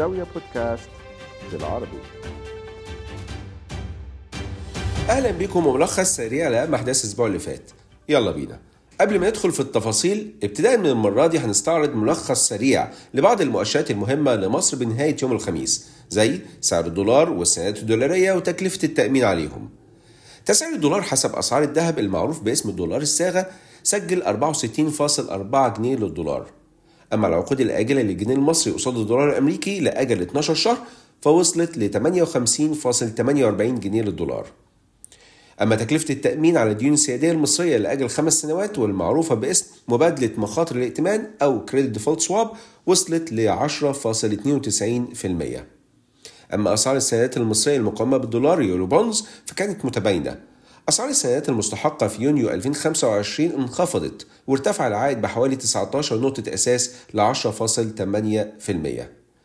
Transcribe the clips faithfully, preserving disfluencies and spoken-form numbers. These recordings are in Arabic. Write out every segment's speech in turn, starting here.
زاوية بودكاست بالعربي. أهلا بكم وملخص سريع لأهم أحداث الأسبوع اللي فات. يلا بينا. قبل ما ندخل في التفاصيل، ابتداء من المرة دي هنستعرض ملخص سريع لبعض المؤشرات المهمة لمصر بنهاية يوم الخميس، زي سعر الدولار والسندات الدولارية وتكلفة التأمين عليهم. تسعير الدولار حسب أسعار الذهب المعروف باسم الدولار الصاغة سجل أربعة وستين فاصلة أربعة جنيه للدولار. أما العقود الآجلة للجنيه المصري قصاد الدولار الأمريكي لأجل اتناشر شهر فوصلت ل ثمانية وخمسين فاصلة ثمانية وأربعين جنيه للدولار. أما تكلفة التأمين على الديون السيادية المصرية لأجل خمس سنوات والمعروفة باسم مبادلة مخاطر الائتمان أو كريدت ديفولت سواب وصلت ل عشرة فاصلة اثنين وتسعين بالمئة. أما أسعار السندات المصرية المقامة بالدولار يورو بونز فكانت متباينة. أسعار السندات المستحقة في يونيو ألفين وخمسة وعشرين انخفضت وارتفع العائد بحوالي تسعة عشر نقطة أساس ل عشرة فاصلة ثمانية بالمئة.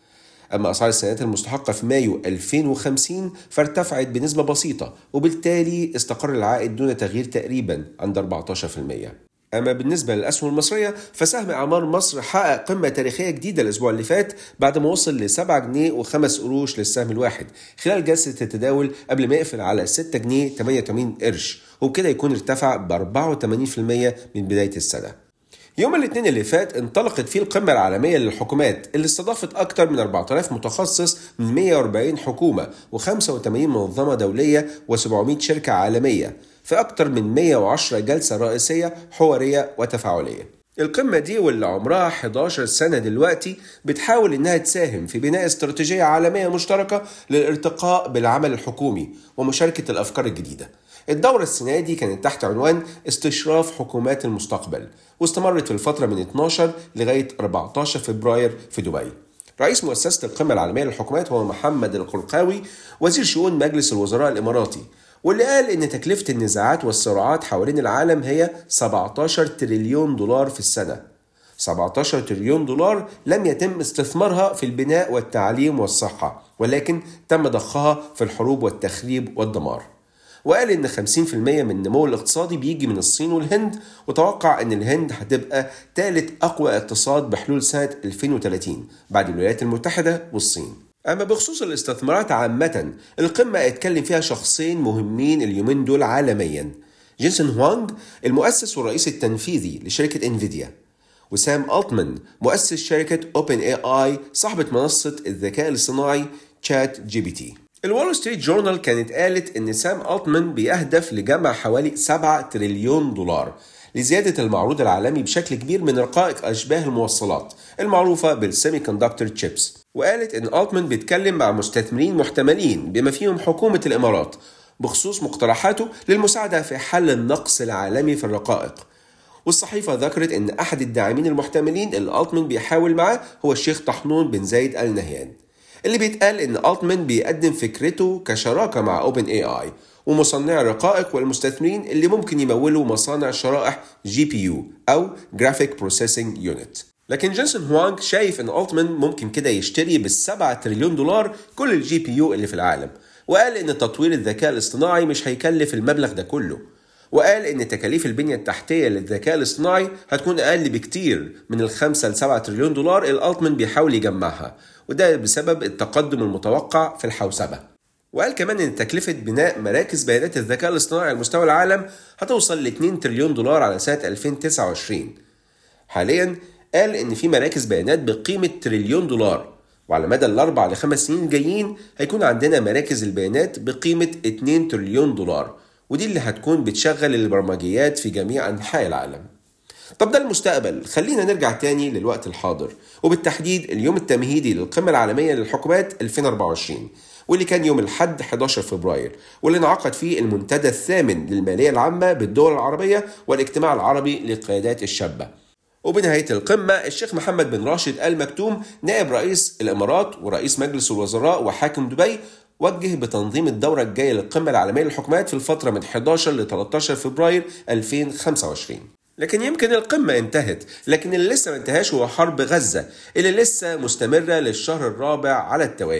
أما أسعار السندات المستحقة في مايو ألفين وخمسين فارتفعت بنسبة بسيطة وبالتالي استقر العائد دون تغيير تقريبا عند أربعة عشر بالمئة. أما بالنسبة للأسهم المصرية فسهم أعمار مصر حقق قمة تاريخية جديدة الأسبوع اللي فات بعد ما وصل ل سبعة جنيه وخمس قروش للسهم الواحد خلال جلسة التداول قبل ما يقفل على ستة جنيه ثمانية وثمانين قرش، وبكده يكون ارتفع ب أربعة وثمانين بالمئة من بداية السنة. يوم الاثنين اللي فات انطلقت فيه القمة العالمية للحكومات اللي استضافت أكثر من أربعة آلاف متخصص من مئة وأربعين حكومة وخمسة وثمانين منظمة دولية وسبعمئة شركة عالمية في أكثر من مئة وعشرة جلسة رئيسية حوارية وتفاعلية. القمة دي واللي عمرها إحدى عشرة سنة دلوقتي بتحاول إنها تساهم في بناء استراتيجية عالمية مشتركة للارتقاء بالعمل الحكومي ومشاركة الأفكار الجديدة. الدورة السنة دي كانت تحت عنوان استشراف حكومات المستقبل واستمرت في الفترة من اثناشر لغاية أربعة عشر فبراير في دبي. رئيس مؤسسة القمة العالمية للحكومات هو محمد القرقاوي وزير شؤون مجلس الوزراء الإماراتي، واللي قال إن تكلفة النزاعات والصراعات حوالين العالم هي سبعة عشر تريليون دولار في السنة. سبعة عشر تريليون دولار لم يتم استثمارها في البناء والتعليم والصحة، ولكن تم ضخها في الحروب والتخريب والدمار. وقال إن خمسين بالمئة من النمو الاقتصادي بيجي من الصين والهند، وتوقع إن الهند هتبقى ثالث أقوى اقتصاد بحلول سنة ألفين وثلاثين بعد الولايات المتحدة والصين. أما بخصوص الاستثمارات عامة، القمة اتكلم فيها شخصين مهمين اليومين دول عالميا: جينسون هوانغ المؤسس والرئيس التنفيذي لشركة انفيديا، وسام ألتمان مؤسس شركة أوبن إيه آي صاحبة منصة الذكاء الاصطناعي تشات جي بي تي. الوول ستريت جورنال كانت قالت إن سام ألتمان بيهدف لجمع حوالي سبعة تريليون دولار لزيادة المعروض العالمي بشكل كبير من رقائق أشباه الموصلات المعروفة بالسيمي كوندكتور تشيبس. وقالت إن ألتمان بيتكلم مع مستثمرين محتملين بما فيهم حكومة الإمارات بخصوص مقترحاته للمساعدة في حل النقص العالمي في الرقائق. والصحيفة ذكرت إن أحد الداعمين المحتملين اللي ألتمان بيحاول معاه هو الشيخ طحنون بن زايد آل نهيان، اللي بيتقال إن ألتمان بيقدم فكرته كشراكة مع أوبن إيه آي ومصنع الرقائق والمستثمرين اللي ممكن يمولوا مصانع شرائح جي بي يو أو Graphic Processing Unit. لكن جينسون هوانغ شايف إن ألتمان ممكن كده يشتري بالسبعة تريليون دولار كل الجي بي يو اللي في العالم، وقال إن تطوير الذكاء الاصطناعي مش هيكلف المبلغ ده كله، وقال إن تكاليف البنية التحتية للذكاء الاصطناعي هتكون أقل بكتير من الخمسة لسبعة تريليون دولار اللي ألتمان بيحاول يجمعها، وده بسبب التقدم المتوقع في الحوسبة. وقال كمان إن تكلفة بناء مراكز بيانات الذكاء الاصطناعي على مستوى العالم هتوصل ل اثنين تريليون دولار على سنة ألفين وتسعة وعشرين. حاليا قال إن في مراكز بيانات بقيمة تريليون دولار، وعلى مدى الأربع لخمس سنين الجايين هيكون عندنا مراكز البيانات بقيمة اثنين تريليون دولار، ودي اللي هتكون بتشغل البرمجيات في جميع أنحاء العالم. طب ده المستقبل، خلينا نرجع تاني للوقت الحاضر، وبالتحديد اليوم التمهيدي للقمة العالمية للحكومات ألفين وأربعة وعشرين، واللي كان يوم الأحد أحد عشر فبراير، واللي انعقد فيه المنتدى الثامن للمالية العامة بالدول العربية والاجتماع العربي للقيادات الشابة. وبنهاية القمة الشيخ محمد بن راشد آل مكتوم نائب رئيس الإمارات ورئيس مجلس الوزراء وحاكم دبي وجه بتنظيم الدورة الجاية للقمة العالمية للحكومات في الفترة من أحد عشر ل ثلاثة عشر فبراير ألفين وخمسة وعشرين. لكن يمكن القمة انتهت، لكن اللي لسه ما انتهاش هو حرب غزة اللي لسه مستمرة للشهر الرابع على التوالي.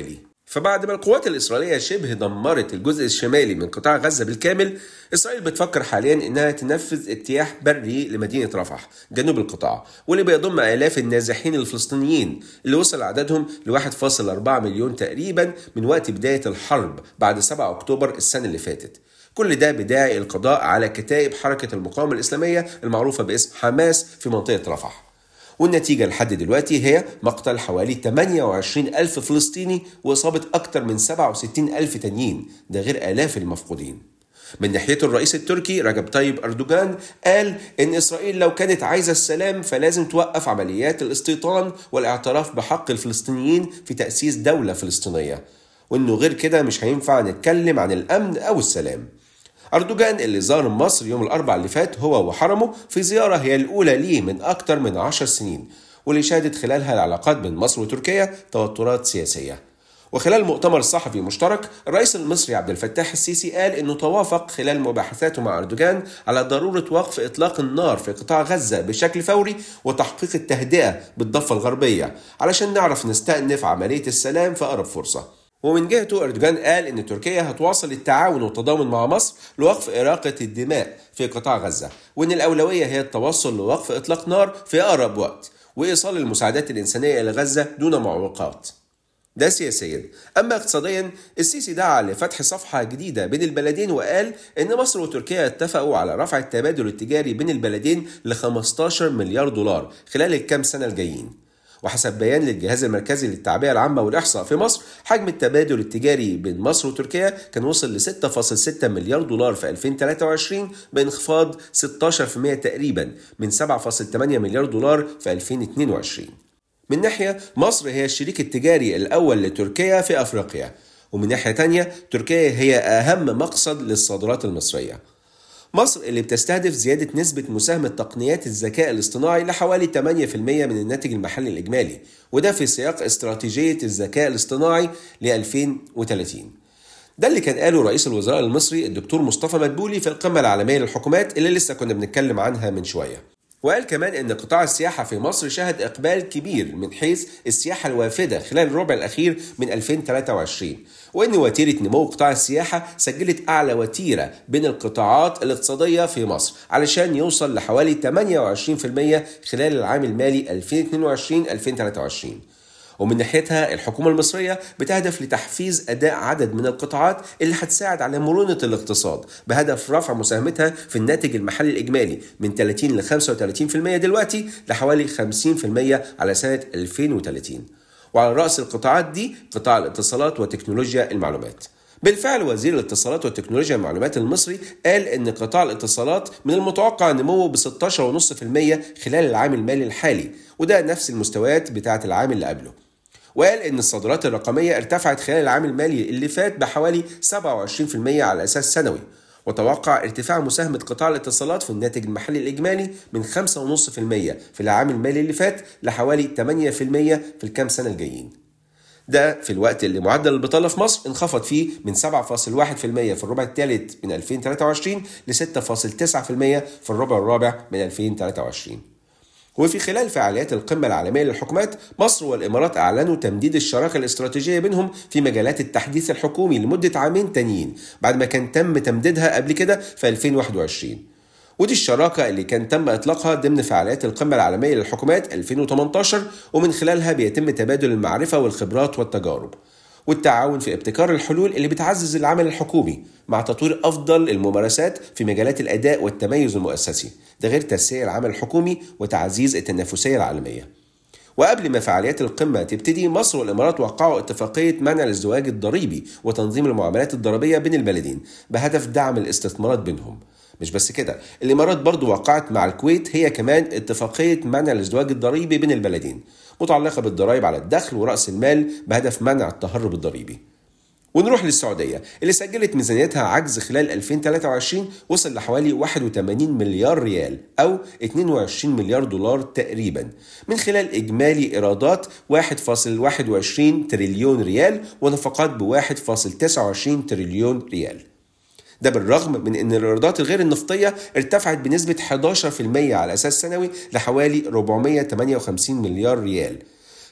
فبعد ما القوات الإسرائيلية شبه دمرت الجزء الشمالي من قطاع غزة بالكامل، إسرائيل بتفكر حاليا إنها تنفذ اجتياح بري لمدينة رفح جنوب القطاع، واللي بيضم آلاف النازحين الفلسطينيين اللي وصل عددهم ل واحد فاصلة أربعة مليون تقريبا من وقت بداية الحرب بعد سبعة أكتوبر السنة اللي فاتت. كل ده بداعي القضاء على كتائب حركة المقاومة الإسلامية المعروفة باسم حماس في منطقة رفح. والنتيجة لحد دلوقتي هي مقتل حوالي ثمانية وعشرين ألف فلسطيني وإصابة أكثر من سبعة وستين ألف تانيين، ده غير آلاف المفقودين. من ناحيته الرئيس التركي رجب طيب أردوغان قال إن إسرائيل لو كانت عايزة السلام فلازم توقف عمليات الاستيطان والاعتراف بحق الفلسطينيين في تأسيس دولة فلسطينية، وإنه غير كده مش هينفع نتكلم عن الأمن أو السلام. أردوغان اللي زار مصر يوم الأربعاء اللي فات هو وحرمه في زيارة هي الأولى ليه من أكتر من عشر سنين، واللي شهدت خلالها العلاقات بين مصر وتركيا توترات سياسية. وخلال مؤتمر صحفي مشترك، الرئيس المصري عبد الفتاح السيسي قال إنه توافق خلال مباحثاته مع أردوغان على ضرورة وقف إطلاق النار في قطاع غزة بشكل فوري وتحقيق التهدئة بالضفة الغربية علشان نعرف نستأنف عملية السلام في أقرب فرصة. ومن جهته أردوغان قال إن تركيا هتواصل التعاون والتضامن مع مصر لوقف إراقة الدماء في قطاع غزة، وإن الأولوية هي التوصل لوقف إطلاق نار في أقرب وقت وإيصال المساعدات الإنسانية إلى غزة دون معوقات. ده سياسيا. أما اقتصاديا، السيسي دعا لفتح صفحة جديدة بين البلدين وقال إن مصر وتركيا اتفقوا على رفع التبادل التجاري بين البلدين ل خمستاشر مليار دولار خلال الكام سنة الجايين. وحسب بيان للجهاز المركزي للتعبئة العامة والإحصاء في مصر، حجم التبادل التجاري بين مصر وتركيا كان وصل ل ستة فاصلة ستة مليار دولار في ألفين وثلاثة وعشرين بانخفاض ستة عشر بالمئة تقريبا من سبعة فاصلة ثمانية مليار دولار في ألفين واثنين وعشرين. من ناحية، مصر هي الشريك التجاري الأول لتركيا في أفريقيا، ومن ناحية تانية تركيا هي أهم مقصد للصادرات المصرية. مصر اللي بتستهدف زيادة نسبة مساهمة تقنيات الذكاء الاصطناعي لحوالي ثمانية بالمئة من الناتج المحلي الإجمالي، وده في سياق استراتيجية الذكاء الاصطناعي ل ألفين وثلاثين. ده اللي كان قاله رئيس الوزراء المصري الدكتور مصطفى مدبولي في القمة العالمية للحكومات اللي لسه كنا بنتكلم عنها من شوية. وقال كمان إن قطاع السياحة في مصر شهد إقبال كبير من حيث السياحة الوافدة خلال الربع الأخير من ألفين وثلاثة وعشرين، وإن وتيرة نمو قطاع السياحة سجلت أعلى وتيرة بين القطاعات الاقتصادية في مصر علشان يوصل لحوالي ثمانية وعشرين بالمئة خلال العام المالي ألفين واثنين وعشرين ألفين وثلاثة وعشرين. ومن ناحيتها الحكومة المصرية بتهدف لتحفيز أداء عدد من القطاعات اللي هتساعد على مرونة الاقتصاد بهدف رفع مساهمتها في الناتج المحلي الإجمالي من ثلاثين ل خمسة وثلاثين بالمئة دلوقتي لحوالي خمسين بالمئة على سنة ألفين وثلاثين. وعلى رأس القطاعات دي قطاع الاتصالات وتكنولوجيا المعلومات. بالفعل وزير الاتصالات والتكنولوجيا المعلومات المصري قال إن قطاع الاتصالات من المتوقع نموه ب ستة عشر فاصلة خمسة بالمئة خلال العام المالي الحالي، وده نفس المستويات بتاعة العام اللي قبله. وقال إن الصادرات الرقمية ارتفعت خلال العام المالي اللي فات بحوالي سبعة وعشرين بالمئة على أساس سنوي، وتوقع ارتفاع مساهمة قطاع الاتصالات في الناتج المحلي الإجمالي من خمسة فاصلة خمسة بالمئة في العام المالي اللي فات لحوالي ثمانية بالمئة في الكام سنة الجايين. ده في الوقت اللي معدل البطالة في مصر انخفض فيه من سبعة فاصلة واحد بالمئة في الربع الثالث من ألفين وثلاثة وعشرين ل ستة فاصلة تسعة بالمئة في الربع الرابع من ألفين وثلاثة وعشرين. وفي خلال فعاليات القمة العالمية للحكومات، مصر والإمارات أعلنوا تمديد الشراكة الاستراتيجية بينهم في مجالات التحديث الحكومي لمدة عامين تانيين بعد ما كان تم تمديدها قبل كده في ألفين وواحد وعشرين. ودي الشراكة اللي كان تم إطلاقها ضمن فعاليات القمة العالمية للحكومات ألفين وثمانية عشر، ومن خلالها بيتم تبادل المعرفة والخبرات والتجارب والتعاون في ابتكار الحلول اللي بتعزز العمل الحكومي مع تطوير أفضل الممارسات في مجالات الأداء والتميز المؤسسي، ده غير تسهيل العمل الحكومي وتعزيز التنافسية العالمية. وقبل ما فعاليات القمة تبتدي، مصر والإمارات وقعوا اتفاقية منع الازدواج الضريبي وتنظيم المعاملات الضريبية بين البلدين بهدف دعم الاستثمارات بينهم. مش بس كده، الإمارات برضو وقعت مع الكويت هي كمان اتفاقية منع الازدواج الضريبي بين البلدين متعلقة بالضرائب على الدخل ورأس المال بهدف منع التهرب الضريبي. ونروح للسعودية اللي سجلت ميزانيتها عجز خلال ألفين وثلاثة وعشرين وصل لحوالي واحد وثمانين مليار ريال أو اثنين وعشرين مليار دولار تقريبا، من خلال إجمالي إيرادات واحد فاصلة واحد وعشرين تريليون ريال ونفقات ب واحد فاصلة تسعة وعشرين تريليون ريال. ده بالرغم من أن الإيرادات الغير النفطية ارتفعت بنسبة أحد عشر بالمئة على أساس سنوي لحوالي أربعمئة وثمانية وخمسين مليار ريال.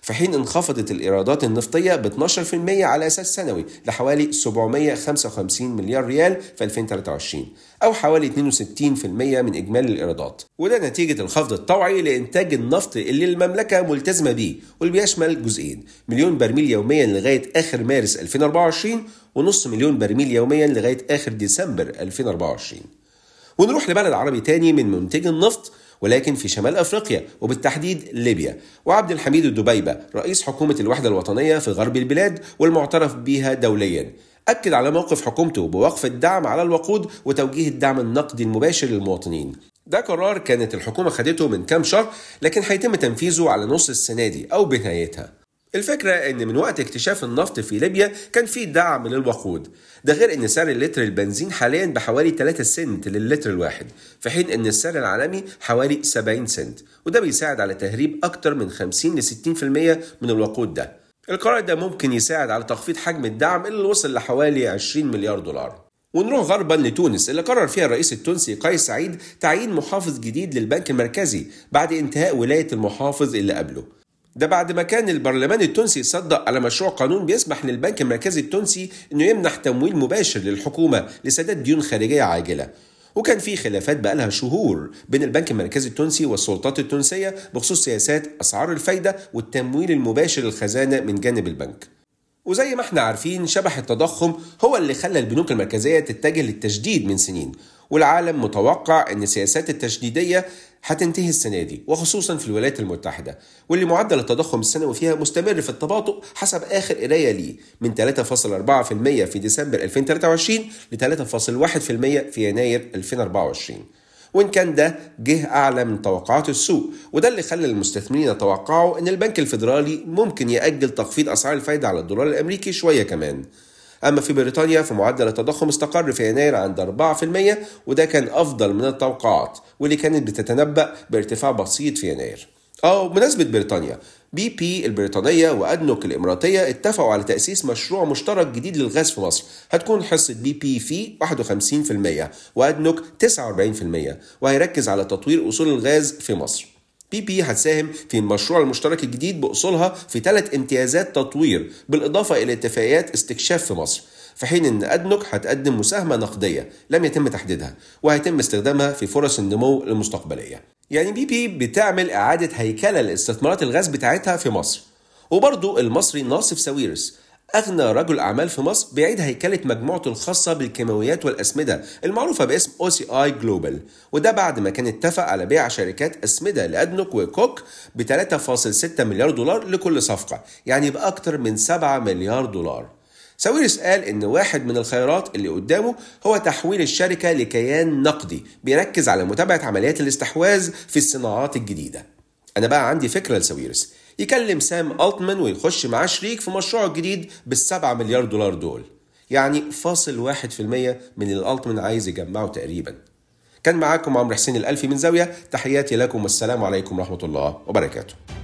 في حين انخفضت الإيرادات النفطية ب اثناشر بالمئة على أساس سنوي لحوالي سبعمائة وخمسة وخمسين مليار ريال في ألفين وثلاثة وعشرين أو حوالي اثنين وستين بالمئة من إجمالي الإيرادات، وده نتيجة الخفض الطوعي لإنتاج النفط اللي المملكة ملتزمة بيه واللي بيشمل جزئين: مليون برميل يوميا لغاية آخر مارس ألفين وأربعة وعشرين ونص مليون برميل يوميا لغاية آخر ديسمبر ألفين وأربعة وعشرين. ونروح لبلد عربي تاني من منتج النفط ولكن في شمال أفريقيا وبالتحديد ليبيا، وعبد الحميد الدبيبة رئيس حكومة الوحدة الوطنية في غرب البلاد والمعترف بها دوليا أكد على موقف حكومته بوقف الدعم على الوقود وتوجيه الدعم النقدي المباشر للمواطنين. ده قرار كانت الحكومة خدته من كام شهر لكن هيتم تنفيذه على نص السنة دي أو بنهايتها. الفكرة ان من وقت اكتشاف النفط في ليبيا كان في دعم للوقود، ده غير ان سعر اللتر البنزين حاليا بحوالي ثلاثة سنت للتر الواحد، في حين ان السعر العالمي حوالي سبعين سنت، وده بيساعد على تهريب اكتر من خمسين لستين بالمئة من الوقود ده. القرار ده ممكن يساعد على تخفيض حجم الدعم اللي وصل لحوالي عشرين مليار دولار. ونروح غربا لتونس اللي قرر فيها الرئيس التونسي قيس سعيد تعيين محافظ جديد للبنك المركزي بعد انتهاء ولاية المحافظ اللي قبله. ده بعد ما كان البرلمان التونسي صدق على مشروع قانون بيسمح للبنك المركزي التونسي انه يمنح تمويل مباشر للحكومة لسداد ديون خارجية عاجلة، وكان في خلافات بقالها شهور بين البنك المركزي التونسي والسلطات التونسية بخصوص سياسات أسعار الفايدة والتمويل المباشر للخزانة من جانب البنك. وزي ما احنا عارفين شبح التضخم هو اللي خلى البنوك المركزية تتجه للتشديد من سنين، والعالم متوقع ان السياسات التشديدية هتنتهي السنة دي وخصوصا في الولايات المتحدة، واللي معدل التضخم السنوي فيها مستمر في التباطؤ حسب آخر قراية ليه من ثلاثة فاصلة أربعة بالمئة في ديسمبر ألفين وثلاثة وعشرين ل ثلاثة فاصلة واحد بالمئة في يناير ألفين وأربعة وعشرين، وإن كان ده جه أعلى من توقعات السوق، وده اللي خلى المستثمرين يتوقعوا إن البنك الفيدرالي ممكن يأجل تخفيض أسعار الفايدة على الدولار الأمريكي شوية كمان. أما في بريطانيا فمعدل التضخم استقر في يناير عند أربعة بالمئة، وده كان أفضل من التوقعات واللي كانت بتتنبأ بارتفاع بسيط في يناير. آه بمناسبة بريطانيا، بي بي البريطانية وأدنوك الإماراتية اتفقوا على تأسيس مشروع مشترك جديد للغاز في مصر، هتكون حصة بي بي فيه واحد وخمسين بالمئة وأدنوك تسعة وأربعين بالمئة، وهيركز على تطوير أصول الغاز في مصر. بي بي هتساهم في المشروع المشترك الجديد بأصولها في ثلاث امتيازات تطوير بالإضافة إلى اتفاقيات استكشاف في مصر، في حين أن أدنوك هتقدم مساهمة نقدية لم يتم تحديدها وهيتم استخدامها في فرص النمو المستقبلية. يعني بي بي بتعمل إعادة هيكلة لاستثمارات الغاز بتاعتها في مصر. وبرضو المصري ناصف ساويرس أغنى رجل أعمال في مصر بيعيد هيكلة مجموعته الخاصة بالكيماويات والأسمدة المعروفة باسم أو سي آي جلوبال، وده بعد ما كان اتفق على بيع شركات أسمدة لأدنوك وكوك ب ثلاثة فاصلة ستة مليار دولار لكل صفقة، يعني بأكتر من سبعة مليار دولار. ساويرس قال إن واحد من الخيارات اللي قدامه هو تحويل الشركة لكيان نقدي بيركز على متابعة عمليات الاستحواذ في الصناعات الجديدة. أنا بقى عندي فكرة لساويرس، يكلم سام ألتمان ويخش معاه شريك في مشروع جديد بالسبعة مليار دولار دول، يعني فاصل واحد في المية من اللي ألتمان عايز يجمعه تقريبا. كان معاكم عمرو حسين الألفي من زاوية، تحياتي لكم والسلام عليكم ورحمة الله وبركاته.